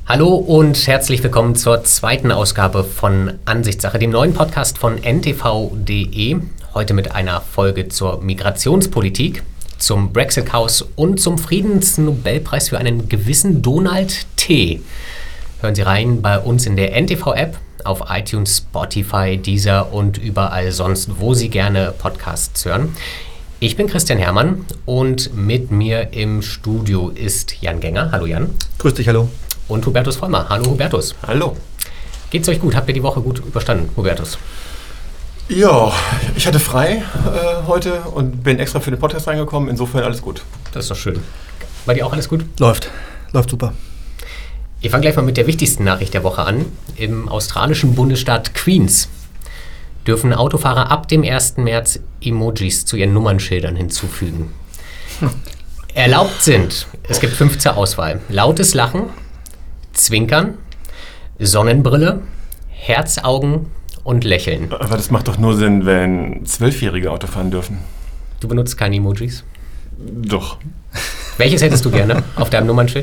Hallo und herzlich willkommen zur zweiten Ausgabe von Ansichtssache, dem neuen Podcast von ntv.de. Heute mit einer Folge zur Migrationspolitik, zum Brexit-Chaos und zum Friedensnobelpreis für einen gewissen Donald T. Hören Sie rein bei uns in der NTV-App, auf iTunes, Spotify, Deezer und überall sonst, wo Sie gerne Podcasts hören. Ich bin Christian Herrmann und mit mir im Studio ist Jan Genger. Hallo Jan. Grüß dich, hallo. Und Hubertus Vollmer. Hallo Hubertus. Hallo. Geht's euch gut? Habt ihr die Woche gut überstanden, Hubertus? Ja, ich hatte frei heute und bin extra für den Podcast reingekommen. Insofern alles gut. Das ist doch schön. Bei dir auch alles gut? Läuft super. Ich fange gleich mal mit der wichtigsten Nachricht der Woche an. Im australischen Bundesstaat Queens dürfen Autofahrer ab dem 1. März Emojis zu ihren Nummernschildern hinzufügen. Erlaubt sind, es gibt 5 zur Auswahl: lautes Lachen, Zwinkern, Sonnenbrille, Herzaugen und Lächeln. Aber das macht doch nur Sinn, wenn 12-Jährige Auto fahren dürfen. Du benutzt keine Emojis? Doch. Welches hättest du gerne auf deinem Nummernschild?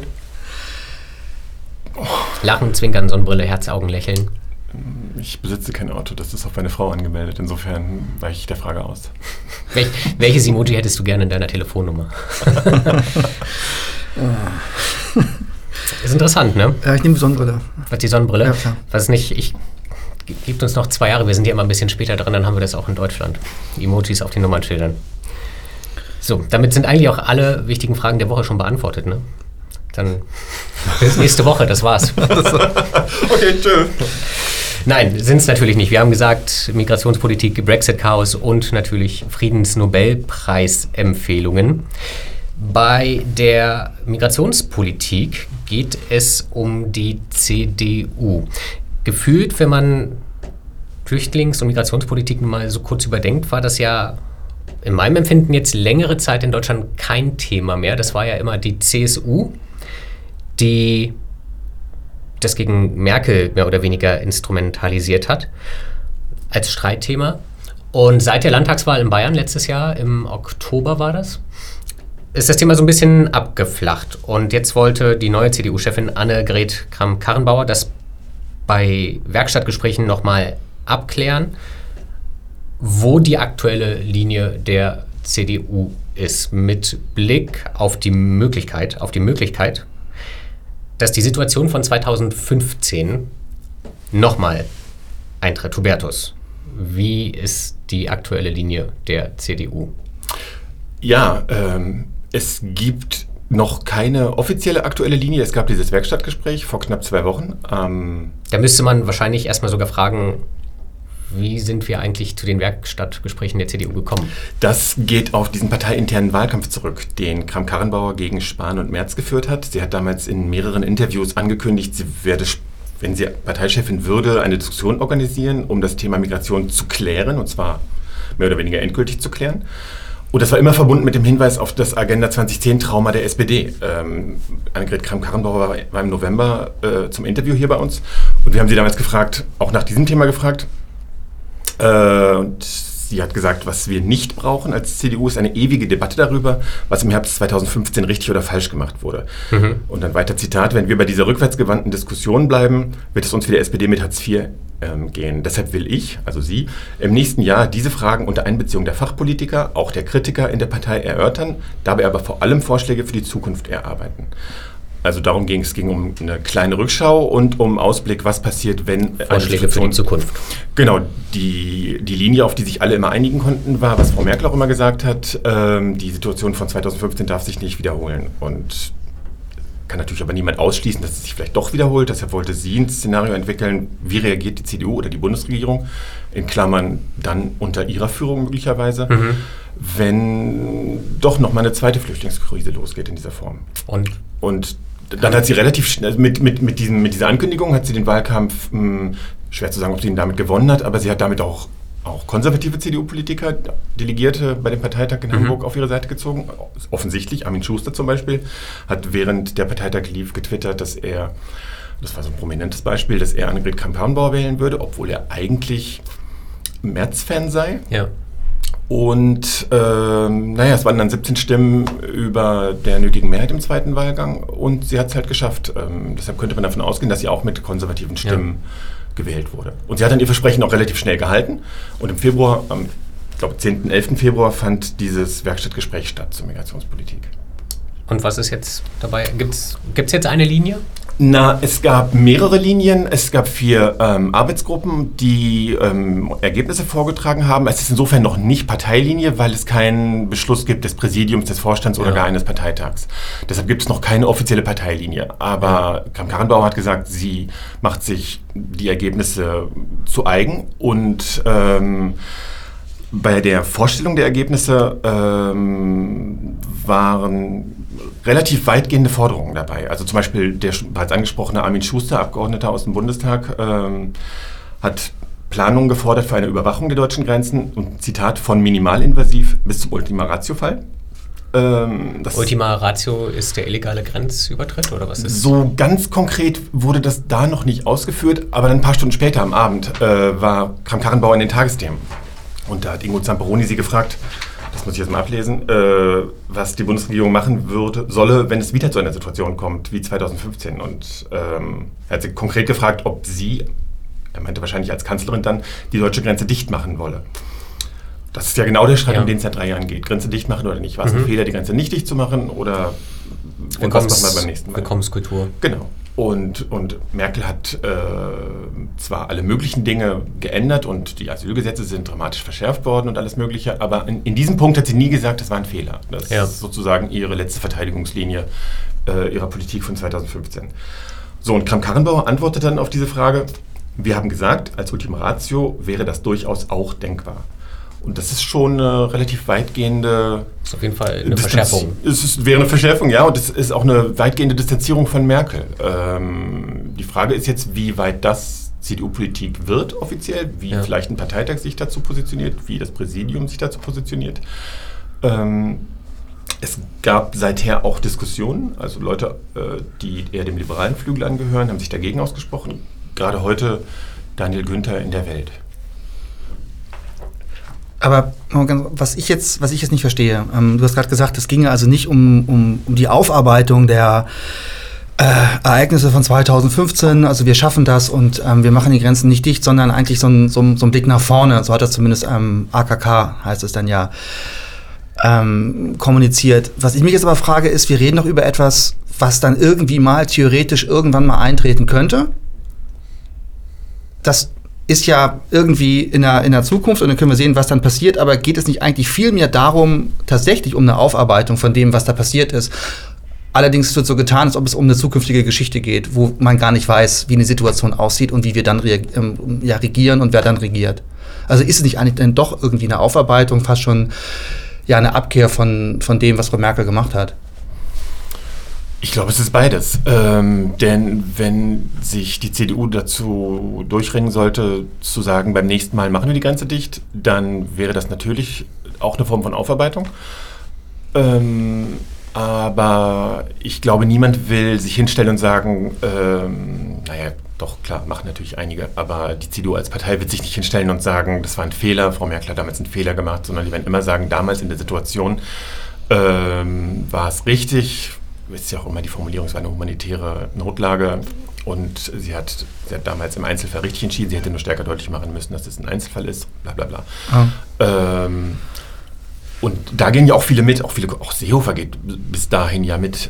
Lachen, Zwinkern, Sonnenbrille, Herzaugen, Lächeln. Ich besitze kein Auto, das ist auf meine Frau angemeldet. Insofern weiche ich der Frage aus. Welches Emoji hättest du gerne in deiner Telefonnummer? Ist interessant, ne? Ja, ich nehme die Sonnenbrille. Was, die Sonnenbrille? Ja, klar. Was nicht, gibt uns noch 2 Jahre, wir sind ja immer ein bisschen später dran, dann haben wir das auch in Deutschland. Emojis auf den Nummernschildern. So, damit sind eigentlich auch alle wichtigen Fragen der Woche schon beantwortet, ne? Dann bis nächste Woche, das war's. Okay, tschüss. Nein, sind es natürlich nicht. Wir haben gesagt, Migrationspolitik, Brexit-Chaos und natürlich Friedensnobelpreis-Empfehlungen. Bei der Migrationspolitik geht es um die CDU. Gefühlt, wenn man Flüchtlings- und Migrationspolitik mal so kurz überdenkt, war das ja in meinem Empfinden jetzt längere Zeit in Deutschland kein Thema mehr. Das war ja immer die CSU, die das gegen Merkel mehr oder weniger instrumentalisiert hat als Streitthema. Und seit der Landtagswahl in Bayern letztes Jahr, im Oktober war das, ist das Thema so ein bisschen abgeflacht. Und jetzt wollte die neue CDU-Chefin Annegret Kramp-Karrenbauer das bei Werkstattgesprächen nochmal abklären, wo die aktuelle Linie der CDU ist, mit Blick auf die Möglichkeit, dass die Situation von 2015 nochmal eintritt. Hubertus, wie ist die aktuelle Linie der CDU? Ja, es gibt noch keine offizielle aktuelle Linie. Es gab dieses Werkstattgespräch vor knapp 2 Wochen. Da müsste man wahrscheinlich erstmal sogar fragen, wie sind wir eigentlich zu den Werkstattgesprächen der CDU gekommen? Das geht auf diesen parteiinternen Wahlkampf zurück, den Kramp-Karrenbauer gegen Spahn und Merz geführt hat. Sie hat damals in mehreren Interviews angekündigt, sie werde, wenn sie Parteichefin würde, eine Diskussion organisieren, um das Thema Migration zu klären, und zwar mehr oder weniger endgültig zu klären. Und das war immer verbunden mit dem Hinweis auf das Agenda 2010-Trauma der SPD. Annegret Kramp-Karrenbauer war im November zum Interview hier bei uns. Und wir haben sie damals gefragt, auch nach diesem Thema gefragt. Und sie hat gesagt, was wir nicht brauchen als CDU ist eine ewige Debatte darüber, was im Herbst 2015 richtig oder falsch gemacht wurde. Mhm. Und dann weiter Zitat: Wenn wir bei dieser rückwärtsgewandten Diskussion bleiben, wird es uns wie der SPD mit Hartz IV gehen. Deshalb will ich, also sie, im nächsten Jahr diese Fragen unter Einbeziehung der Fachpolitiker, auch der Kritiker in der Partei erörtern, dabei aber vor allem Vorschläge für die Zukunft erarbeiten. Also darum ging es. Es ging um eine kleine Rückschau und um Ausblick, was passiert, wenn... Vorschläge für die Zukunft. Genau. Die Linie, auf die sich alle immer einigen konnten, war, was Frau Merkel auch immer gesagt hat, die Situation von 2015 darf sich nicht wiederholen. Und kann natürlich aber niemand ausschließen, dass es sich vielleicht doch wiederholt. Deshalb wollte sie ein Szenario entwickeln, wie reagiert die CDU oder die Bundesregierung, in Klammern dann unter ihrer Führung möglicherweise, wenn doch nochmal eine zweite Flüchtlingskrise losgeht in dieser Form. Und dann hat sie relativ schnell, mit dieser Ankündigung hat sie den Wahlkampf, schwer zu sagen, ob sie ihn damit gewonnen hat, aber sie hat damit auch konservative CDU-Politiker, Delegierte bei dem Parteitag in Hamburg auf ihre Seite gezogen. Offensichtlich, Armin Schuster zum Beispiel, hat während der Parteitag lief getwittert, dass er, das war so ein prominentes Beispiel, dass er Annegret Kramp-Karrenbauer wählen würde, obwohl er eigentlich Merz-Fan sei. Ja. Und es waren dann 17 Stimmen über der nötigen Mehrheit im zweiten Wahlgang und sie hat es halt geschafft. Deshalb könnte man davon ausgehen, dass sie auch mit konservativen Stimmen gewählt wurde. Und sie hat dann ihr Versprechen auch relativ schnell gehalten. Und im Februar, am 10., 11. Februar, fand dieses Werkstattgespräch statt zur Migrationspolitik. Und was ist jetzt dabei? Gibt's jetzt eine Linie? Es gab mehrere Linien. Es gab 4 Arbeitsgruppen, die Ergebnisse vorgetragen haben. Es ist insofern noch nicht Parteilinie, weil es keinen Beschluss gibt des Präsidiums, des Vorstands oder gar eines Parteitags. Deshalb gibt es noch keine offizielle Parteilinie. Aber Kramp-Karrenbauer hat gesagt, sie macht sich die Ergebnisse zu eigen und bei der Vorstellung der Ergebnisse waren relativ weitgehende Forderungen dabei. Also zum Beispiel der bereits angesprochene Armin Schuster, Abgeordneter aus dem Bundestag, hat Planungen gefordert für eine Überwachung der deutschen Grenzen und Zitat von minimalinvasiv bis zum Ultima Ratio-Fall. Ultima Ratio ist der illegale Grenzübertritt oder was ist? So ganz konkret wurde das da noch nicht ausgeführt, aber dann ein paar Stunden später am Abend war Kramp-Karrenbauer in den Tagesthemen. Und da hat Ingo Zamperoni sie gefragt, das muss ich jetzt mal ablesen, was die Bundesregierung machen solle, wenn es wieder zu einer Situation kommt wie 2015. Und er hat sie konkret gefragt, ob sie, er meinte wahrscheinlich als Kanzlerin dann, die deutsche Grenze dicht machen wolle. Das ist ja genau der Streit, um den es seit 3 Jahren geht. Grenze dicht machen oder nicht? War es ein Fehler, die Grenze nicht dicht zu machen? Oder was machen wir beim nächsten Mal? Willkommenskultur. Genau. Und Merkel hat zwar alle möglichen Dinge geändert und die Asylgesetze sind dramatisch verschärft worden und alles Mögliche, aber in diesem Punkt hat sie nie gesagt, das war ein Fehler. Das ist sozusagen ihre letzte Verteidigungslinie ihrer Politik von 2015. So, und Kramp-Karrenbauer antwortet dann auf diese Frage, wir haben gesagt, als Ultima Ratio wäre das durchaus auch denkbar. Und das ist schon eine relativ weitgehende... Das ist auf jeden Fall eine Verschärfung. Wäre eine Verschärfung, ja, und es ist auch eine weitgehende Distanzierung von Merkel. Die Frage ist jetzt, wie weit das CDU-Politik wird offiziell, wie vielleicht ein Parteitag sich dazu positioniert, wie das Präsidium sich dazu positioniert. Es gab seither auch Diskussionen, also Leute, die eher dem liberalen Flügel angehören, haben sich dagegen ausgesprochen. Gerade heute Daniel Günther in der Welt. Aber was ich jetzt nicht verstehe, du hast gerade gesagt, es ginge also nicht um die Aufarbeitung der Ereignisse von 2015, also wir schaffen das und wir machen die Grenzen nicht dicht, sondern eigentlich so ein Blick nach vorne, so hat das zumindest AKK, heißt es dann ja, kommuniziert. Was ich mich jetzt aber frage ist, wir reden doch über etwas, was dann irgendwie mal theoretisch irgendwann mal eintreten könnte. Das ist ja irgendwie in der Zukunft und dann können wir sehen, was dann passiert, aber geht es nicht eigentlich viel mehr darum, tatsächlich um eine Aufarbeitung von dem, was da passiert ist? Allerdings wird so getan, als ob es um eine zukünftige Geschichte geht, wo man gar nicht weiß, wie eine Situation aussieht und wie wir dann regieren und wer dann regiert. Also ist es nicht eigentlich dann doch irgendwie eine Aufarbeitung, fast schon eine Abkehr von dem, was Frau Merkel gemacht hat? Ich glaube, es ist beides. Denn wenn sich die CDU dazu durchringen sollte, zu sagen, beim nächsten Mal machen wir die Grenze dicht, dann wäre das natürlich auch eine Form von Aufarbeitung. Aber ich glaube, niemand will sich hinstellen und sagen, doch, klar, machen natürlich einige, aber die CDU als Partei wird sich nicht hinstellen und sagen, das war ein Fehler, Frau Merkel hat damals einen Fehler gemacht, sondern die werden immer sagen, damals in der Situation war es richtig. Ist ja auch immer die Formulierung, es war eine humanitäre Notlage und sie hat damals im Einzelfall richtig entschieden, sie hätte nur stärker deutlich machen müssen, dass es ein Einzelfall ist, bla bla bla. Und da gehen ja auch viele mit, auch Seehofer geht bis dahin ja mit.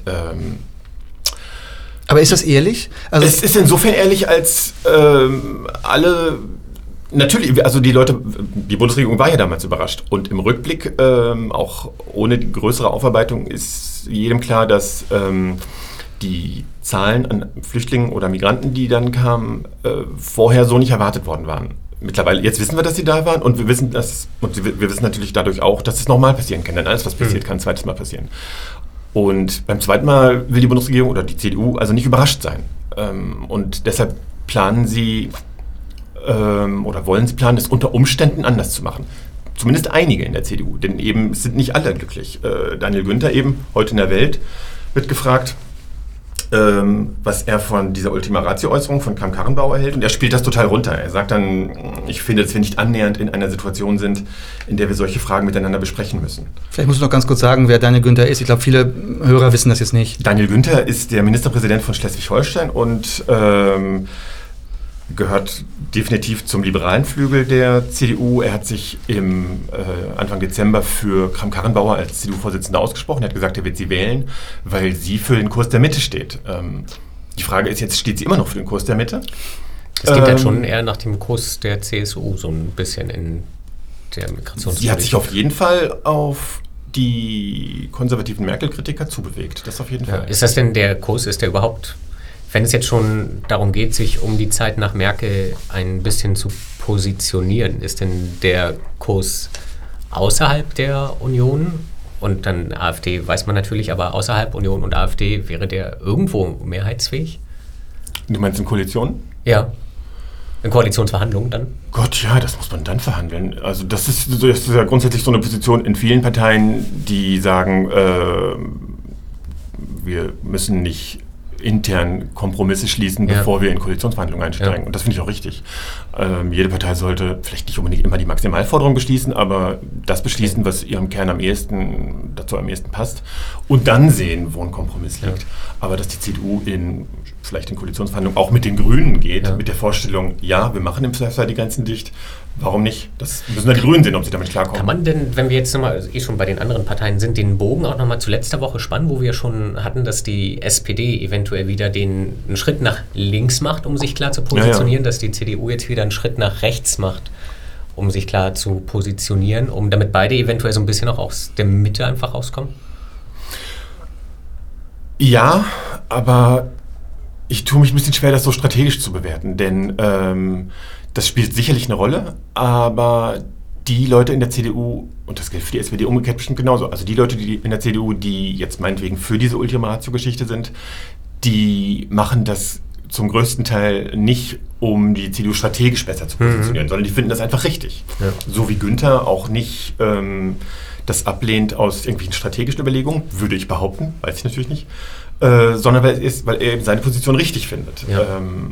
Aber ist das ehrlich? Also es ist insofern ehrlich, als alle... Natürlich, also die Bundesregierung war ja damals überrascht und im Rückblick, auch ohne die größere Aufarbeitung, ist jedem klar, dass die Zahlen an Flüchtlingen oder Migranten, die dann kamen, vorher so nicht erwartet worden waren. Mittlerweile, jetzt wissen wir, dass sie da waren und wir wissen natürlich dadurch auch, dass es nochmal passieren kann, denn alles, was passiert, kann ein zweites Mal passieren. Und beim zweiten Mal will die Bundesregierung oder die CDU also nicht überrascht sein. Und deshalb planen sie oder wollen sie planen, es unter Umständen anders zu machen. Zumindest einige in der CDU, denn eben es sind nicht alle glücklich. Daniel Günther eben, heute in der Welt, wird gefragt, was er von dieser Ultima-Ratio-Äußerung von Kramp-Karrenbauer hält. Und er spielt das total runter. Er sagt dann, ich finde, dass wir nicht annähernd in einer Situation sind, in der wir solche Fragen miteinander besprechen müssen. Vielleicht musst du noch ganz kurz sagen, wer Daniel Günther ist. Ich glaube, viele Hörer wissen das jetzt nicht. Daniel Günther ist der Ministerpräsident von Schleswig-Holstein und gehört definitiv zum liberalen Flügel der CDU. Er hat sich Anfang Dezember für Kramp-Karrenbauer als CDU-Vorsitzender ausgesprochen. Er hat gesagt, er wird sie wählen, weil sie für den Kurs der Mitte steht. Die Frage ist jetzt, steht sie immer noch für den Kurs der Mitte? Es geht dann schon eher nach dem Kurs der CSU so ein bisschen in der Migrationspolitik. Sie hat sich auf jeden Fall auf die konservativen Merkel-Kritiker zubewegt. Das auf jeden Fall. Ist das denn der Kurs, ist der überhaupt... Wenn es jetzt schon darum geht, sich um die Zeit nach Merkel ein bisschen zu positionieren, ist denn der Kurs außerhalb der Union und dann AfD, weiß man natürlich, aber außerhalb Union und AfD, wäre der irgendwo mehrheitsfähig? Du meinst in Koalition? Ja. In Koalitionsverhandlungen dann? Gott, ja, das muss man dann verhandeln. Also das ist ja grundsätzlich so eine Position in vielen Parteien, die sagen, wir müssen nicht intern Kompromisse schließen, bevor wir in Koalitionsverhandlungen einsteigen. Ja. Und das finde ich auch richtig. Jede Partei sollte vielleicht nicht unbedingt immer die Maximalforderung beschließen, aber das beschließen, was ihrem Kern dazu am ehesten passt. Und dann sehen, wo ein Kompromiss liegt. Ja. Aber dass die CDU vielleicht in Koalitionsverhandlungen auch mit den Grünen geht, mit der Vorstellung, ja, wir machen im Zweifelsfall die Grenzen dicht, warum nicht? Das müssen dann die Grünen sehen, ob sie damit klarkommen. Kann man denn, wenn wir jetzt nochmal schon bei den anderen Parteien sind, den Bogen auch nochmal zu letzter Woche spannen, wo wir schon hatten, dass die SPD eventuell wieder einen Schritt nach links macht, um sich klar zu positionieren, dass die CDU jetzt wieder einen Schritt nach rechts macht, um sich klar zu positionieren, damit beide eventuell so ein bisschen auch aus der Mitte einfach rauskommen? Ja, aber ich tue mich ein bisschen schwer, das so strategisch zu bewerten, denn das spielt sicherlich eine Rolle, aber die Leute in der CDU, und das gilt für die SPD umgekehrt bestimmt genauso, also die Leute in der CDU, die jetzt meinetwegen für diese Ultima-Ratio-Geschichte sind, die machen das zum größten Teil nicht, um die CDU strategisch besser zu positionieren, sondern die finden das einfach richtig. Ja. So wie Günther auch nicht das ablehnt aus irgendwelchen strategischen Überlegungen, würde ich behaupten, weiß ich natürlich nicht, sondern weil er eben seine Position richtig findet. Ja.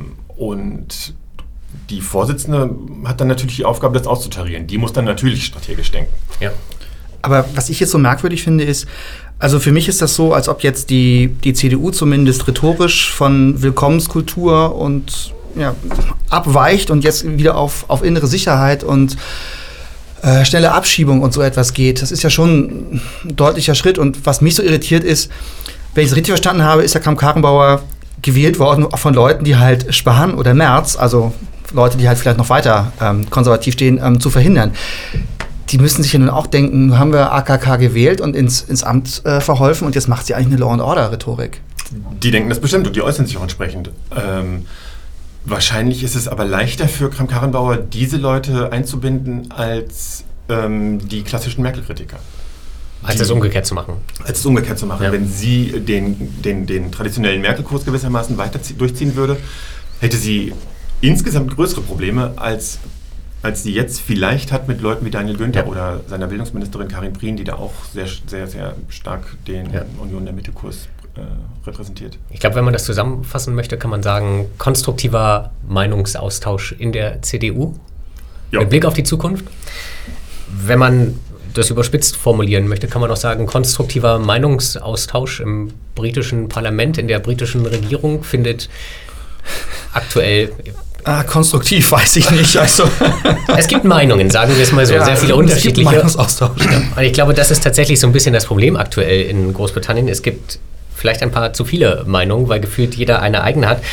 Und die Vorsitzende hat dann natürlich die Aufgabe, das auszutarieren. Die muss dann natürlich strategisch denken. Ja. Aber was ich jetzt so merkwürdig finde, ist, also für mich ist das so, als ob jetzt die CDU zumindest rhetorisch von Willkommenskultur und abweicht und jetzt wieder auf innere Sicherheit und schnelle Abschiebung und so etwas geht. Das ist ja schon ein deutlicher Schritt. Und was mich so irritiert ist, wenn ich es richtig verstanden habe, ist der Kramp-Karrenbauer gewählt worden von Leuten, die halt Spahn oder Merz, also Leute, die halt vielleicht noch weiter konservativ stehen, zu verhindern. Die müssen sich ja nun auch denken, nun haben wir AKK gewählt und ins Amt verholfen und jetzt macht sie eigentlich eine Law-and-Order-Rhetorik. Die denken das bestimmt und die äußern sich auch entsprechend. Wahrscheinlich ist es aber leichter für Kramp-Karrenbauer, diese Leute einzubinden, als die klassischen Merkel-Kritiker. Als es umgekehrt zu machen. Als es umgekehrt zu machen. Ja. Wenn sie den traditionellen Merkel-Kurs gewissermaßen weiter durchziehen würde, hätte sie insgesamt größere Probleme, als sie jetzt vielleicht hat mit Leuten wie Daniel Günther oder seiner Bildungsministerin Karin Prien, die da auch sehr, sehr, sehr stark den Union der Mitte-Kurs repräsentiert. Ich glaube, wenn man das zusammenfassen möchte, kann man sagen, konstruktiver Meinungsaustausch in der CDU mit Blick auf die Zukunft. Wenn man das überspitzt formulieren möchte, kann man auch sagen, konstruktiver Meinungsaustausch im britischen Parlament, in der britischen Regierung findet aktuell... konstruktiv weiß ich nicht. Also. Es gibt Meinungen, sagen wir es mal so, sehr viele unterschiedliche. Meinungsaustausch. Und ich glaube, das ist tatsächlich so ein bisschen das Problem aktuell in Großbritannien. Es gibt vielleicht ein paar zu viele Meinungen, weil gefühlt jeder eine eigene hat.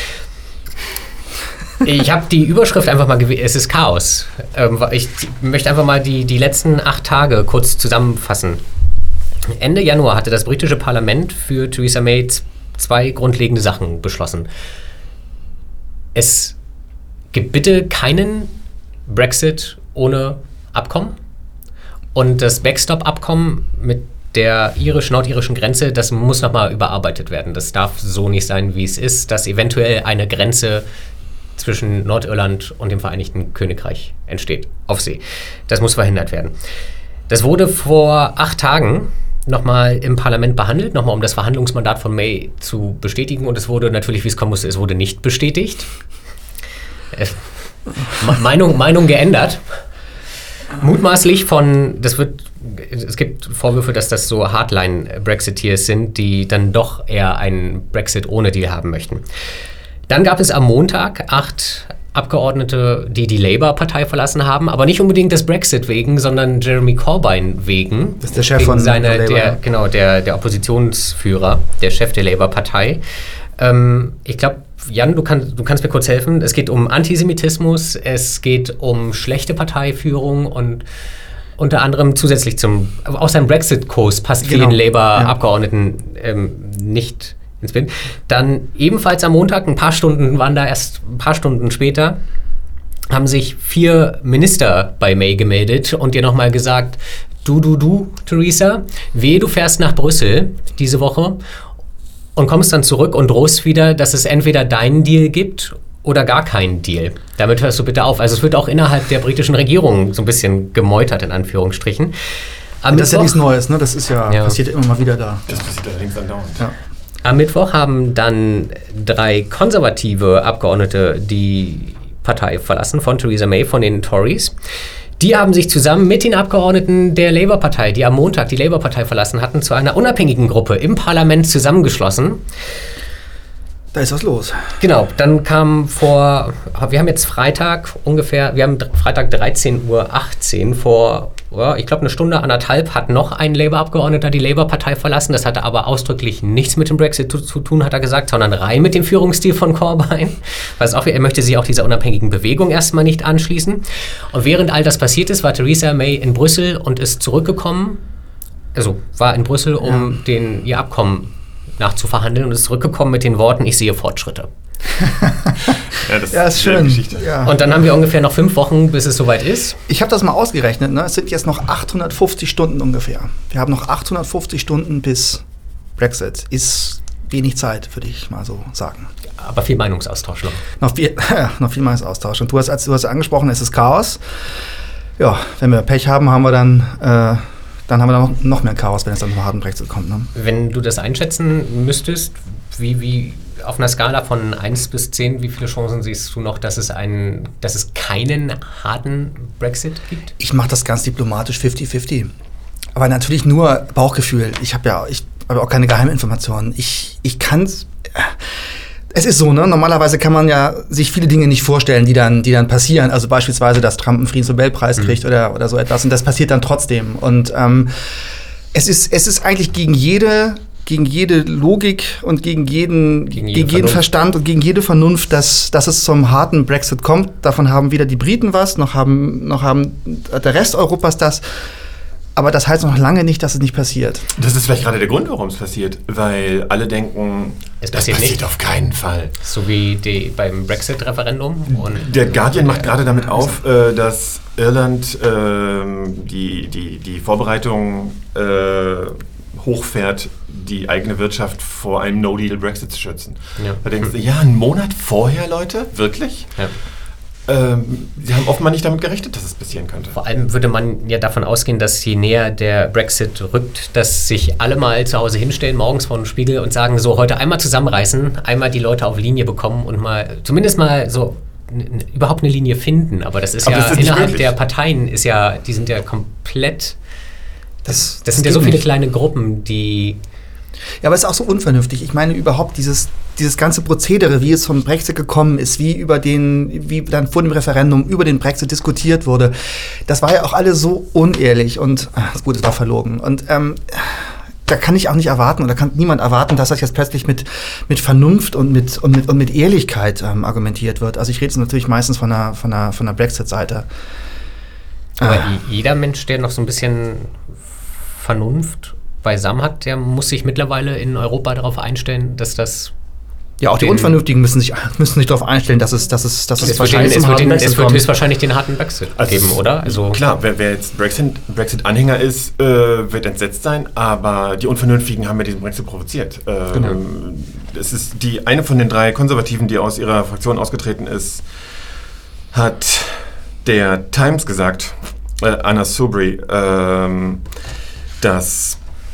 Ich habe die Überschrift einfach mal es ist Chaos. Ich möchte einfach mal die letzten 8 Tage kurz zusammenfassen. Ende Januar hatte das britische Parlament für Theresa May 2 grundlegende Sachen beschlossen. Es gibt bitte keinen Brexit ohne Abkommen. Und das Backstop-Abkommen mit der nordirischen Grenze, das muss nochmal überarbeitet werden. Das darf so nicht sein, wie es ist, dass eventuell eine Grenze zwischen Nordirland und dem Vereinigten Königreich entsteht, auf See. Das muss verhindert werden. Das wurde vor 8 Tagen nochmal im Parlament behandelt, nochmal um das Verhandlungsmandat von May zu bestätigen. Und es wurde natürlich, wie es kommen musste, es wurde nicht bestätigt. Meinung geändert. Mutmaßlich es gibt Vorwürfe, dass das so Hardline-Brexiteers sind, die dann doch eher einen Brexit ohne Deal haben möchten. Dann gab es am Montag 8 Abgeordnete, die die Labour-Partei verlassen haben, aber nicht unbedingt des Brexit wegen, sondern Jeremy Corbyn wegen. Das ist der Chef von Labour. Der Oppositionsführer, der Chef der Labour-Partei. Ich glaube, Jan, du kannst mir kurz helfen. Es geht um Antisemitismus, es geht um schlechte Parteiführung und unter anderem zusätzlich auch sein Brexit-Kurs passt vielen Labour-Abgeordneten nicht ins Bild. Dann ebenfalls am Montag, ein paar Stunden später, haben sich 4 Minister bei May gemeldet und ihr nochmal gesagt, du, Theresa, du fährst nach Brüssel diese Woche und kommst dann zurück und drohst wieder, dass es entweder deinen Deal gibt oder gar keinen Deal. Damit hörst du bitte auf. Also es wird auch innerhalb der britischen Regierung so ein bisschen gemeutert, in Anführungsstrichen. Das ist ja nichts Neues, ne? Das ist passiert immer mal wieder da. Das passiert allerdings andauernd. Ja. Am Mittwoch haben dann 3 konservative Abgeordnete die Partei verlassen, von Theresa May, von den Tories. Die haben sich zusammen mit den Abgeordneten der Labour-Partei, die am Montag die Labour-Partei verlassen hatten, zu einer unabhängigen Gruppe im Parlament zusammengeschlossen. Da ist was los. Genau, dann wir haben jetzt Freitag 13:18 Uhr, vor, ich glaube, eine Stunde, anderthalb, hat noch ein Labour-Abgeordneter die Labour-Partei verlassen. Das hatte aber ausdrücklich nichts mit dem Brexit zu tun, hat er gesagt, sondern rein mit dem Führungsstil von Corbyn. Er möchte sich auch dieser unabhängigen Bewegung erstmal nicht anschließen. Und während all das passiert ist, war Theresa May in Brüssel und ist zurückgekommen, war in Brüssel, um ihr Abkommen nachzuverhandeln und ist zurückgekommen mit den Worten, ich sehe Fortschritte. Das ist schön. Ja. Und dann haben wir ungefähr noch 5 Wochen, bis es soweit ist. Ich habe das mal ausgerechnet, ne? Es sind jetzt noch 850 Stunden ungefähr. Wir haben noch 850 Stunden bis Brexit. Ist wenig Zeit, würde ich mal so sagen. Aber viel Meinungsaustausch noch. Noch viel Meinungsaustausch. Und du hast angesprochen, es ist Chaos. Ja, wenn wir Pech haben, haben wir dann haben wir noch mehr Chaos, wenn es dann zum harten Brexit kommt. Ne? Wenn du das einschätzen müsstest, wie auf einer Skala von 1 bis 10, wie viele Chancen siehst du noch, dass es keinen harten Brexit gibt? Ich mache das ganz diplomatisch 50-50. Aber natürlich nur Bauchgefühl. Ich habe auch keine Geheiminformationen. Ich kann es. Es ist so, ne? Normalerweise kann man ja sich viele Dinge nicht vorstellen, die dann passieren. Also beispielsweise, dass Trump einen Friedensnobelpreis kriegt oder so etwas. Und das passiert dann trotzdem. Und es ist eigentlich gegen jede Logik und gegen jeden Verstand und gegen jede Vernunft, dass es zum harten Brexit kommt. Davon haben weder die Briten was, noch haben der Rest Europas das. Aber das heißt noch lange nicht, dass es nicht passiert. Das ist vielleicht gerade der Grund, warum es passiert. Weil alle denken, das passiert nicht. Auf keinen Fall. So wie beim Brexit-Referendum. Der Guardian macht gerade damit auf, dass Irland die Vorbereitungen hochfährt, die eigene Wirtschaft vor einem No-Deal-Brexit zu schützen. Ja. Da denkst du, einen Monat vorher, Leute? Wirklich? Ja. Sie haben offenbar nicht damit gerechnet, dass es passieren könnte. Vor allem würde man ja davon ausgehen, dass je näher der Brexit rückt, dass sich alle mal zu Hause hinstellen, morgens vor dem Spiegel und sagen, so heute einmal zusammenreißen, einmal die Leute auf Linie bekommen und zumindest mal so überhaupt eine Linie finden. Aber das ist innerhalb der Parteien die sind ja komplett, das sind ja so viele kleine Gruppen, die... Ja, aber es ist auch so unvernünftig. Ich meine, überhaupt dieses ganze Prozedere, wie es vom Brexit gekommen ist, wie dann vor dem Referendum über den Brexit diskutiert wurde, das war ja auch alles so unehrlich und gut, es war verlogen. Und da kann ich auch nicht erwarten oder kann niemand erwarten, dass das jetzt plötzlich mit Vernunft und mit Ehrlichkeit argumentiert wird. Also ich rede jetzt natürlich meistens von der Brexit-Seite. Aber jeder Mensch, der noch so ein bisschen Vernunft beisammen hat, der muss sich mittlerweile in Europa darauf einstellen, dass das... Ja, auch die Unvernünftigen müssen sich darauf einstellen, dass es wahrscheinlich es wird höchstwahrscheinlich den harten Brexit geben, oder? Also klar, wer jetzt Brexit-Anhänger ist, wird entsetzt sein, aber die Unvernünftigen haben ja diesen Brexit provoziert. Genau. Es ist eine von den 3 Konservativen, die aus ihrer Fraktion ausgetreten ist, hat der Times gesagt, Anna Soubry, dass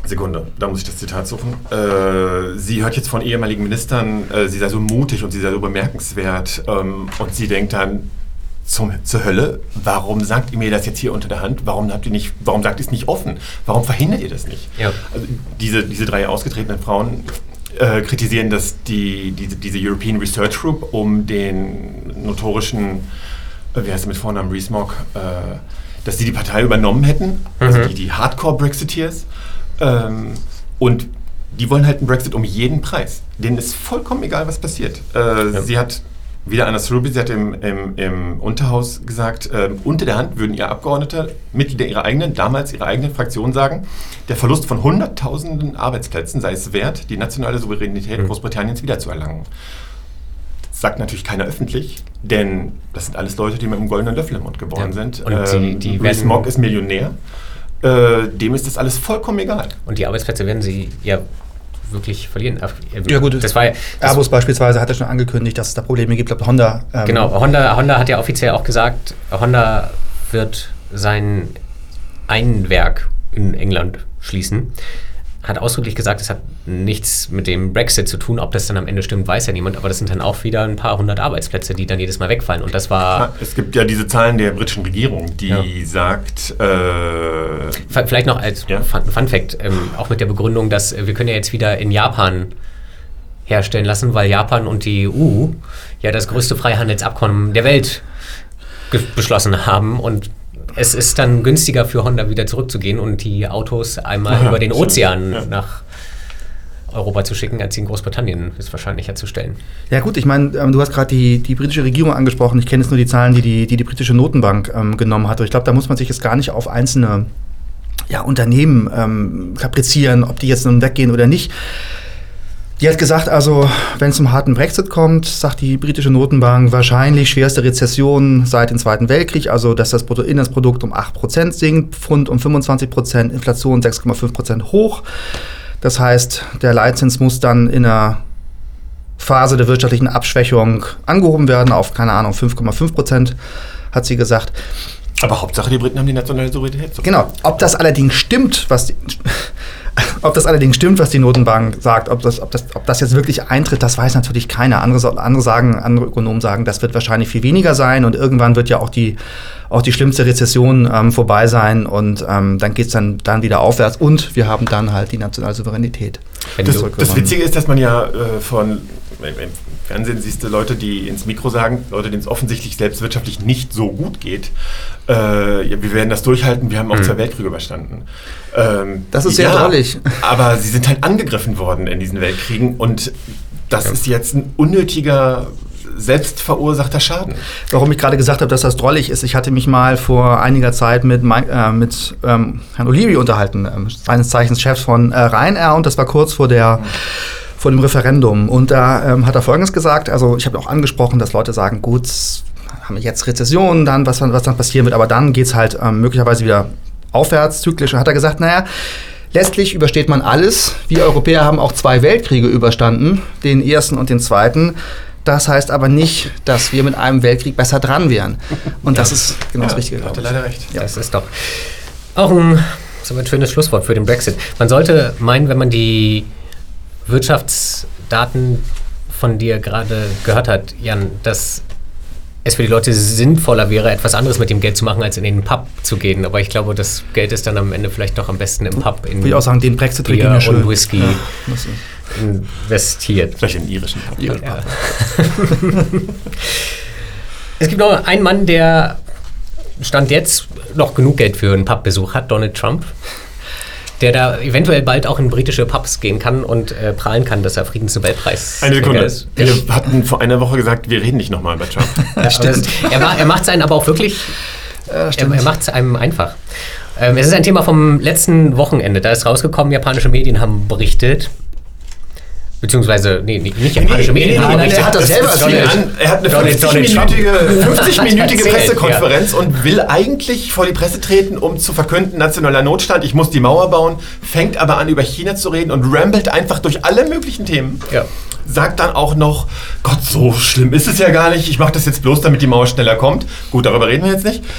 Sekunde, da muss ich das Zitat suchen. Sie hört jetzt von ehemaligen Ministern, sie sei so mutig und sie sei so bemerkenswert. Und sie denkt dann, zur Hölle, warum sagt ihr mir das jetzt hier unter der Hand? Warum sagt ihr es nicht offen? Warum verhindert ihr das nicht? Ja. Also diese 3 ausgetretenen Frauen kritisieren, dass diese European Research Group um den notorischen, wie heißt er mit Vornamen, Rees-Mogg, dass die Partei übernommen hätten, also die Hardcore-Brexiteers. Und die wollen halt einen Brexit um jeden Preis. Denen ist vollkommen egal, was passiert. Sie hat, wieder Anna Sroubi, sie hat im Unterhaus gesagt, unter der Hand würden ihr Abgeordnete, Mitglieder damals ihrer eigenen Fraktion sagen, der Verlust von Hunderttausenden Arbeitsplätzen sei es wert, die nationale Souveränität Großbritanniens wiederzuerlangen. Das sagt natürlich keiner öffentlich, denn das sind alles Leute, die mit einem goldenen Löffel im Mund geboren sind. Und Rees-Mogg ist Millionär. Dem ist das alles vollkommen egal. Und die Arbeitsplätze werden sie ja wirklich verlieren. Ja gut, Airbus beispielsweise hat ja schon angekündigt, dass es da Probleme gibt. Ich glaube, Honda... Genau, Honda hat ja offiziell auch gesagt, Honda wird sein Werk in England schließen. Hat ausdrücklich gesagt, es hat nichts mit dem Brexit zu tun. Ob das dann am Ende stimmt, weiß ja niemand. Aber das sind dann auch wieder ein paar hundert Arbeitsplätze, die dann jedes Mal wegfallen. Und das war... Es gibt ja diese Zahlen der britischen Regierung, die sagt... Vielleicht noch als Fun Fact, auch mit der Begründung, dass wir können ja jetzt wieder in Japan herstellen lassen, weil Japan und die EU ja das größte Freihandelsabkommen der Welt beschlossen haben. Und es ist dann günstiger für Honda wieder zurückzugehen und die Autos einmal über den Ozean nach Europa zu schicken, als sie in Großbritannien ist wahrscheinlich herzustellen. Ja gut, ich meine, du hast gerade die britische Regierung angesprochen. Ich kenne jetzt nur die Zahlen, die britische Notenbank genommen hat. Und ich glaube, da muss man sich jetzt gar nicht auf einzelne Unternehmen kaprizieren, ob die jetzt nun weggehen oder nicht. Die hat gesagt, also wenn es zum harten Brexit kommt, sagt die britische Notenbank, wahrscheinlich schwerste Rezession seit dem Zweiten Weltkrieg, also dass das Bruttoinlandsprodukt um 8% sinkt, Pfund um 25%, Inflation 6,5% hoch. Das heißt, der Leitzins muss dann in einer Phase der wirtschaftlichen Abschwächung angehoben werden auf, keine Ahnung, 5,5%, hat sie gesagt. Aber Hauptsache, die Briten haben die nationale Souveränität. Genau. Ob das allerdings stimmt, was die Notenbank sagt, ob das jetzt wirklich eintritt, das weiß natürlich keiner. Andere Ökonomen sagen, das wird wahrscheinlich viel weniger sein und irgendwann wird ja auch die schlimmste Rezession vorbei sein und dann geht es dann wieder aufwärts und wir haben dann halt die nationale Souveränität. Das Witzige ist, dass man ja im Fernsehen siehst du Leute, die ins Mikro sagen, Leute, denen es offensichtlich selbst wirtschaftlich nicht so gut geht, wir werden das durchhalten, wir haben auch 2 Weltkriege überstanden. Das ist sehr drollig. Aber sie sind halt angegriffen worden in diesen Weltkriegen und das ist jetzt ein unnötiger, selbstverursachter Schaden. Warum ich gerade gesagt habe, dass das drollig ist, ich hatte mich mal vor einiger Zeit mit Herrn Olivi unterhalten, seines Zeichens Chefs von Ryanair, und das war kurz vor dem Referendum. Und da hat er Folgendes gesagt, also ich habe auch angesprochen, dass Leute sagen, gut, haben wir jetzt Rezession, dann was dann passieren wird, aber dann geht es halt möglicherweise wieder aufwärts, zyklisch. Und hat er gesagt, naja, letztlich übersteht man alles. Wir Europäer haben auch 2 Weltkriege überstanden, den ersten und den zweiten. Das heißt aber nicht, dass wir mit einem Weltkrieg besser dran wären. Und das ist genau das Richtige. Hat er leider recht. Ja. Das ist doch auch ein schönes Schlusswort für den Brexit. Man sollte meinen, wenn man die Wirtschaftsdaten von dir gerade gehört hat, Jan, dass es für die Leute sinnvoller wäre, etwas anderes mit dem Geld zu machen, als in den Pub zu gehen. Aber ich glaube, das Geld ist dann am Ende vielleicht doch am besten im Pub in Würde ich auch sagen, den Brexit Bier und Whisky investiert. Vielleicht in den irischen Pub. Ja. Es gibt noch einen Mann, der Stand jetzt noch genug Geld für einen Pubbesuch hat, Donald Trump, der da eventuell bald auch in britische Pubs gehen kann und prahlen kann, dass er Friedensnobelpreis Eine Sekunde. Ist. Wir hatten vor einer Woche gesagt, wir reden nicht nochmal über Trump. Ja, stimmt. Er macht es einem aber auch wirklich, er macht es einem einfach. Es ist ein Thema vom letzten Wochenende, da ist rausgekommen, japanische Medien haben berichtet, beziehungsweise, nicht japanische Medien. Er hat das selber erzählt. Er hat eine 50-minütige Pressekonferenz und will eigentlich vor die Presse treten, um zu verkünden, nationaler Notstand, ich muss die Mauer bauen, fängt aber an, über China zu reden und rambelt einfach durch alle möglichen Themen. Ja. Sagt dann auch noch, Gott, so schlimm ist es ja gar nicht, ich mache das jetzt bloß, damit die Mauer schneller kommt. Gut, darüber reden wir jetzt nicht.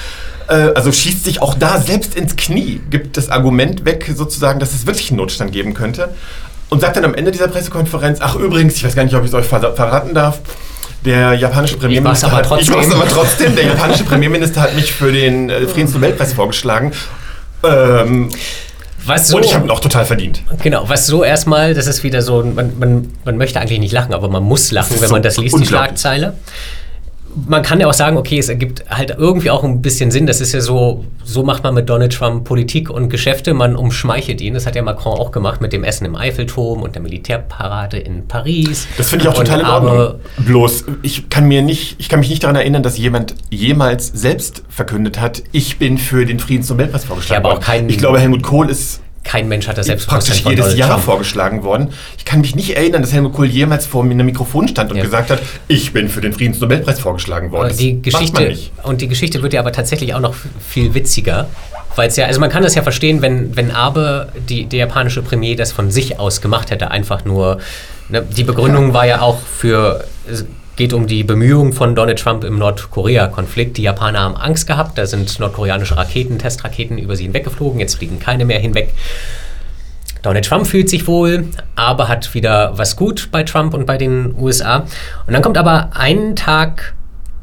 also schießt sich auch da selbst ins Knie, gibt das Argument weg, sozusagen, dass es wirklich einen Notstand geben könnte. Und sagt dann am Ende dieser Pressekonferenz, ach übrigens, ich weiß gar nicht, ob ich es euch verraten darf, der japanische Premierminister ich mach's aber trotzdem. Der japanische Premierminister hat mich für den Friedensnobelpreis vorgeschlagen. Und ich habe ihn auch total verdient. Genau, was so erstmal, das ist wieder so, man möchte eigentlich nicht lachen, aber man muss lachen, wenn man das liest, die Schlagzeile. Man kann ja auch sagen, okay, es ergibt halt irgendwie auch ein bisschen Sinn. Das ist ja so macht man mit Donald Trump Politik und Geschäfte. Man umschmeichelt ihn. Das hat ja Macron auch gemacht mit dem Essen im Eiffelturm und der Militärparade in Paris. Das finde ich auch total in Ordnung. Bloß, ich kann mich nicht daran erinnern, dass jemand jemals selbst verkündet hat, ich bin für den Friedensnobelpreis vorgeschlagen worden. Ich glaube, Helmut Kohl ist kein Mensch hat das selbst praktisch jedes Jahr vorgeschlagen worden. Ich kann mich nicht erinnern, dass Helmut Kohl jemals vor einem Mikrofon stand und gesagt hat, ich bin für den Friedensnobelpreis vorgeschlagen worden. Die Geschichte wird ja aber tatsächlich auch noch viel witziger. Weil's ja, also man kann das ja verstehen, wenn Abe, der japanische Premier, das von sich aus gemacht hätte, einfach nur. Ne, die Begründung war ja auch geht um die Bemühungen von Donald Trump im Nordkorea-Konflikt. Die Japaner haben Angst gehabt, da sind nordkoreanische Testraketen über sie hinweggeflogen, jetzt fliegen keine mehr hinweg. Donald Trump fühlt sich wohl, aber hat wieder was gut bei Trump und bei den USA. Und dann kommt aber einen Tag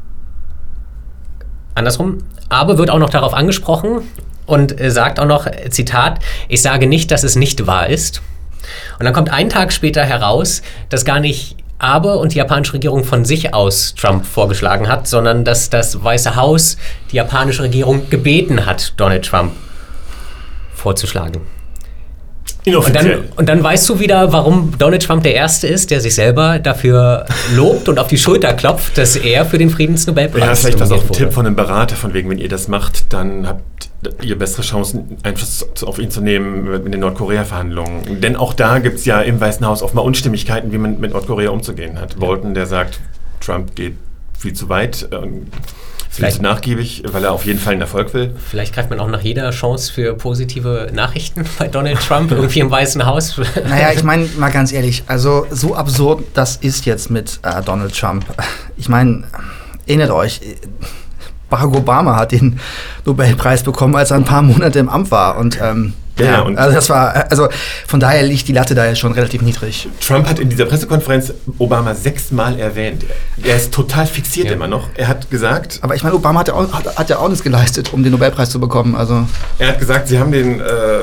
andersrum. Abe wird auch noch darauf angesprochen und sagt auch noch, Zitat, ich sage nicht, dass es nicht wahr ist. Und dann kommt einen Tag später heraus, dass gar nicht Abe und die japanische Regierung von sich aus Trump vorgeschlagen hat, sondern dass das Weiße Haus die japanische Regierung gebeten hat, Donald Trump vorzuschlagen. Und dann weißt du wieder, warum Donald Trump der Erste ist, der sich selber dafür lobt und auf die Schulter klopft, dass er für den Friedensnobelpreis ja, vielleicht das auch ein Tipp von einem Berater, von wegen, wenn ihr das macht, dann habt ihr bessere Chancen, Einfluss auf ihn zu nehmen mit den Nordkorea-Verhandlungen. Denn auch da gibt es ja im Weißen Haus offenbar Unstimmigkeiten, wie man mit Nordkorea umzugehen hat. Bolton, der sagt, Trump geht viel zu weit, viel zu nachgiebig, weil er auf jeden Fall einen Erfolg will. Vielleicht greift man auch nach jeder Chance für positive Nachrichten bei Donald Trump irgendwie im Weißen Haus. Naja, ich meine, mal ganz ehrlich, also so absurd das ist jetzt mit Donald Trump. Ich meine, erinnert euch, Barack Obama hat den Nobelpreis bekommen, als er ein paar Monate im Amt war. Und also von daher liegt die Latte da ja schon relativ niedrig. Trump hat in dieser Pressekonferenz Obama 6-mal erwähnt. Er ist total fixiert immer noch. Er hat gesagt... Aber ich meine, Obama hat ja auch nichts geleistet, um den Nobelpreis zu bekommen. Also. Er hat gesagt, sie haben ihn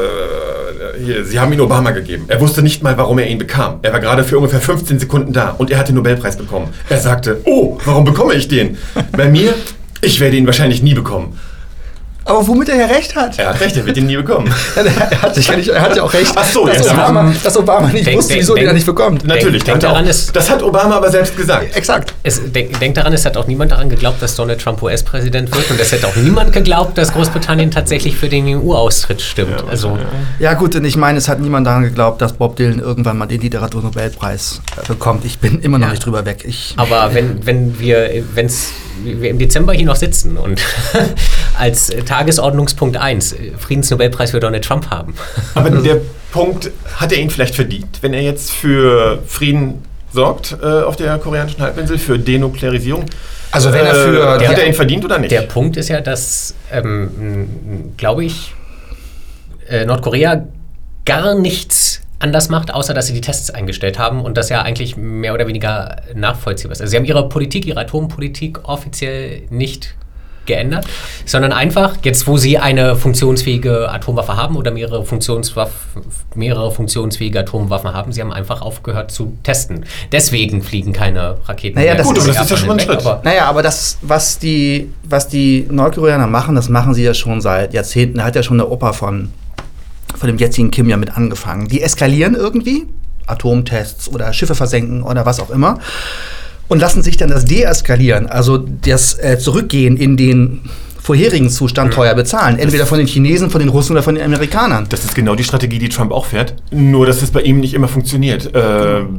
Obama gegeben. Er wusste nicht mal, warum er ihn bekam. Er war gerade für ungefähr 15 Sekunden da und er hat den Nobelpreis bekommen. Er sagte, oh, warum bekomme ich den? Bei mir, ich werde ihn wahrscheinlich nie bekommen. Aber womit er ja recht hat. Er hat recht, er wird ihn nie bekommen. Er hat ja auch recht, ach so, dass Obama nicht wusste, wieso er nicht bekommt. Natürlich, das hat Obama aber selbst gesagt. Exakt. Denkt daran, es hat auch niemand daran geglaubt, dass Donald Trump US-Präsident wird. Und es hätte auch niemand geglaubt, dass Großbritannien tatsächlich für den EU-Austritt stimmt. Ja gut, und ich meine, es hat niemand daran geglaubt, dass Bob Dylan irgendwann mal den Literaturnobelpreis bekommt. Ich bin immer noch nicht drüber weg. Aber wenn wir im Dezember hier noch sitzen und als Tagesordnungspunkt 1 Friedensnobelpreis für Donald Trump haben. Aber der Punkt, hat er ihn vielleicht verdient, wenn er jetzt für Frieden sorgt auf der koreanischen Halbinsel, für Denuklearisierung? Also wenn hat er ihn verdient oder nicht? Der Punkt ist ja, dass, glaube ich, Nordkorea gar nichts anders macht, außer dass sie die Tests eingestellt haben und das ja eigentlich mehr oder weniger nachvollziehbar ist. Also sie haben ihre Atompolitik offiziell nicht geändert, sondern einfach, jetzt wo sie eine funktionsfähige Atomwaffe haben oder mehrere funktionsfähige Atomwaffen haben, sie haben einfach aufgehört zu testen. Deswegen fliegen keine Raketen mehr. Das ist ja schon ein Schritt. Aber das, was die Nordkoreaner machen, das machen sie ja schon seit Jahrzehnten. Da hat ja schon der Opa von dem jetzigen Kim ja mit angefangen. Die eskalieren irgendwie, Atomtests oder Schiffe versenken oder was auch immer, und lassen sich dann das deeskalieren, also das Zurückgehen in den vorherigen Zustand teuer bezahlen. Entweder von den Chinesen, von den Russen oder von den Amerikanern. Das ist genau die Strategie, die Trump auch fährt. Nur, dass es bei ihm nicht immer funktioniert. Beim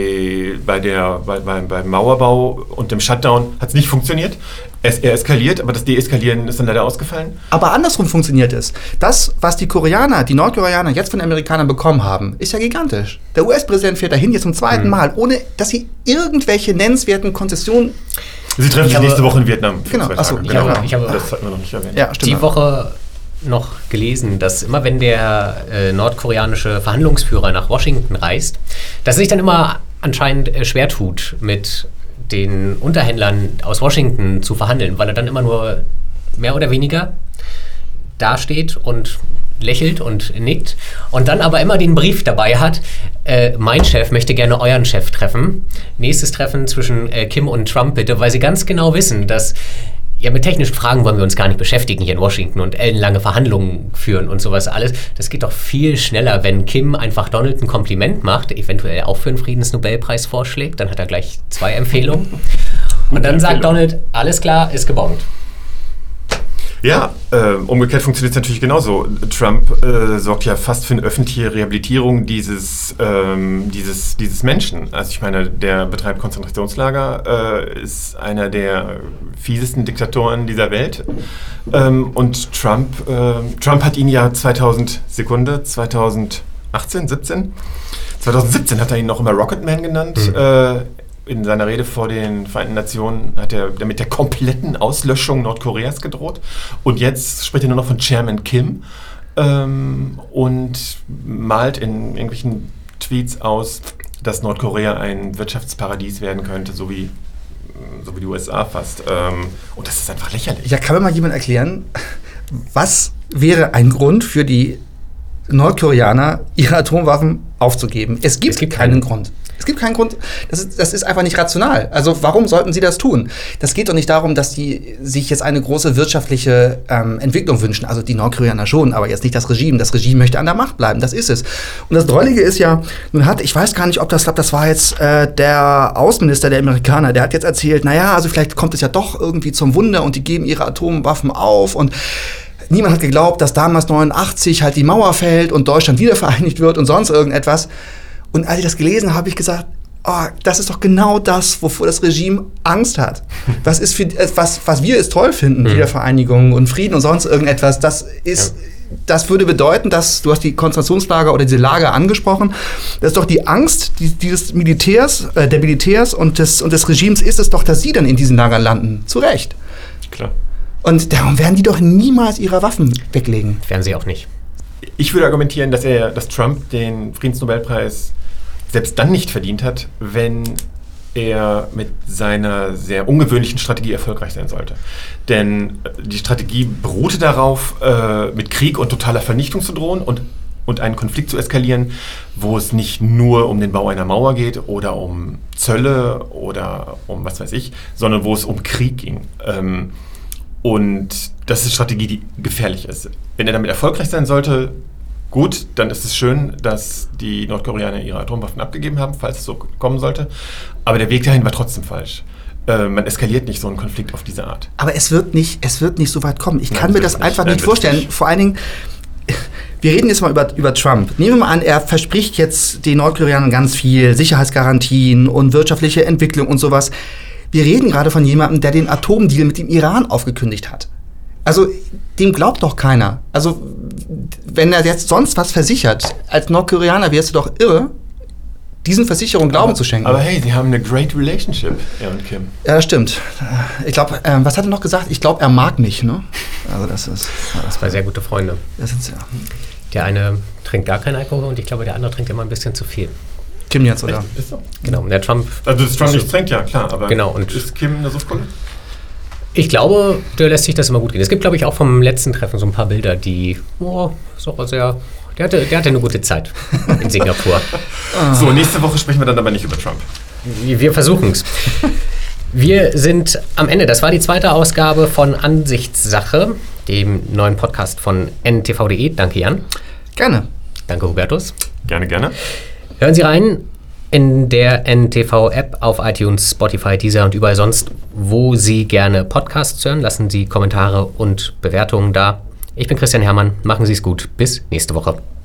Mauerbau und dem Shutdown hat es nicht funktioniert. Er eskaliert, aber das Deeskalieren ist dann leider ausgefallen. Aber andersrum funktioniert es. Das, was die Nordkoreaner jetzt von den Amerikanern bekommen haben, ist ja gigantisch. Der US-Präsident fährt dahin jetzt zum zweiten Mal, ohne dass sie irgendwelche nennenswerten Konzessionen Sie treffen sich nächste Woche in Vietnam. Genau, achso, genau. Ich habe das hatten wir noch nicht erwähnt. Ja, stimmt. die Woche noch gelesen, dass immer wenn der nordkoreanische Verhandlungsführer nach Washington reist, dass er sich dann immer anscheinend schwer tut, mit den Unterhändlern aus Washington zu verhandeln, weil er dann immer nur mehr oder weniger dasteht und lächelt und nickt und dann aber immer den Brief dabei hat, mein Chef möchte gerne euren Chef treffen. Nächstes Treffen zwischen Kim und Trump bitte, weil sie ganz genau wissen, dass mit technischen Fragen wollen wir uns gar nicht beschäftigen hier in Washington und ellenlange Verhandlungen führen und sowas alles. Das geht doch viel schneller, wenn Kim einfach Donald ein Kompliment macht, eventuell auch für einen Friedensnobelpreis vorschlägt, dann hat er gleich 2 Empfehlungen. Und dann sagt Donald, alles klar, ist gebongt. Ja, umgekehrt funktioniert es natürlich genauso. Trump sorgt ja fast für eine öffentliche Rehabilitierung dieses Menschen. Also ich meine, der betreibt Konzentrationslager, ist einer der fiesesten Diktatoren dieser Welt. Und Trump hat ihn ja 2017 hat er ihn noch immer Rocketman genannt. In seiner Rede vor den Vereinten Nationen hat er mit der kompletten Auslöschung Nordkoreas gedroht. Und jetzt spricht er nur noch von Chairman Kim und malt in irgendwelchen Tweets aus, dass Nordkorea ein Wirtschaftsparadies werden könnte, so wie die USA fast. Und das ist einfach lächerlich. Ja, kann mir mal jemand erklären, was wäre ein Grund für die Nordkoreaner, ihre Atomwaffen aufzugeben? Es gibt keinen Grund. Es gibt keinen Grund, das ist einfach nicht rational. Also warum sollten sie das tun? Das geht doch nicht darum, dass die sich jetzt eine große wirtschaftliche Entwicklung wünschen. Also die Nordkoreaner schon, aber jetzt nicht das Regime. Das Regime möchte an der Macht bleiben, das ist es. Und das Drollige ist ja, ich weiß gar nicht, das war jetzt der Außenminister der Amerikaner, der hat jetzt erzählt, naja, also vielleicht kommt es ja doch irgendwie zum Wunder und die geben ihre Atomwaffen auf und niemand hat geglaubt, dass damals 89 halt die Mauer fällt und Deutschland wiedervereinigt wird und sonst irgendetwas. Und als ich das gelesen habe, habe ich gesagt, das ist doch genau das, wovor das Regime Angst hat. Was wir es toll finden, Wiedervereinigung und Frieden und sonst irgendetwas, das würde bedeuten, dass, du hast die Konzentrationslager oder diese Lager angesprochen, das ist doch die Angst dieses Militärs, der Militärs und des Regimes ist es doch, dass sie dann in diesen Lagern landen. Zu Recht. Klar. Und darum werden die doch niemals ihre Waffen weglegen. Werden sie auch nicht. Ich würde argumentieren, dass Trump den Friedensnobelpreis selbst dann nicht verdient hat, wenn er mit seiner sehr ungewöhnlichen Strategie erfolgreich sein sollte. Denn die Strategie beruhte darauf, mit Krieg und totaler Vernichtung zu drohen und einen Konflikt zu eskalieren, wo es nicht nur um den Bau einer Mauer geht oder um Zölle oder um was weiß ich, sondern wo es um Krieg ging. Und das ist eine Strategie, die gefährlich ist. Wenn er damit erfolgreich sein sollte, gut, dann ist es schön, dass die Nordkoreaner ihre Atomwaffen abgegeben haben, falls es so kommen sollte. Aber der Weg dahin war trotzdem falsch. Man eskaliert nicht so einen Konflikt auf diese Art. Aber es wird nicht so weit kommen. Ich kann mir das einfach nicht vorstellen. Vor allen Dingen, wir reden jetzt mal über Trump. Nehmen wir mal an, er verspricht jetzt den Nordkoreanern ganz viel, Sicherheitsgarantien und wirtschaftliche Entwicklung und sowas. Wir reden gerade von jemandem, der den Atomdeal mit dem Iran aufgekündigt hat. Also, dem glaubt doch keiner. Also, wenn er jetzt sonst was versichert, als Nordkoreaner wärst du doch irre, diesen Versicherungen Glauben zu schenken. Aber hey, sie haben eine great relationship, er und Kim. Ja, das stimmt. Ich glaube, was hat er noch gesagt? Ich glaube, er mag mich, ne? Also, das ist... Das sind sehr gute Freunde. Das sind ja. Der eine trinkt gar keinen Alkohol und ich glaube, der andere trinkt immer ein bisschen zu viel. Kim jetzt, oder? Echt? Ist so? Genau, der Trump... Also, dass Trump nichts trinkt, ja, klar. Aber genau, und ist Kim eine Suchtkunde? Ich glaube, der lässt sich das immer gut gehen. Es gibt, glaube ich, auch vom letzten Treffen so ein paar Bilder, die der hatte eine gute Zeit in Singapur. So, nächste Woche sprechen wir dann aber nicht über Trump. Wir versuchen es. Wir sind am Ende. Das war die zweite Ausgabe von Ansichtssache, dem neuen Podcast von ntv.de. Danke, Jan. Gerne. Danke, Hubertus. Gerne, gerne. Hören Sie rein in der NTV-App auf iTunes, Spotify, Deezer und überall sonst, wo Sie gerne Podcasts hören. Lassen Sie Kommentare und Bewertungen da. Ich bin Christian Herrmann. Machen Sie es gut. Bis nächste Woche.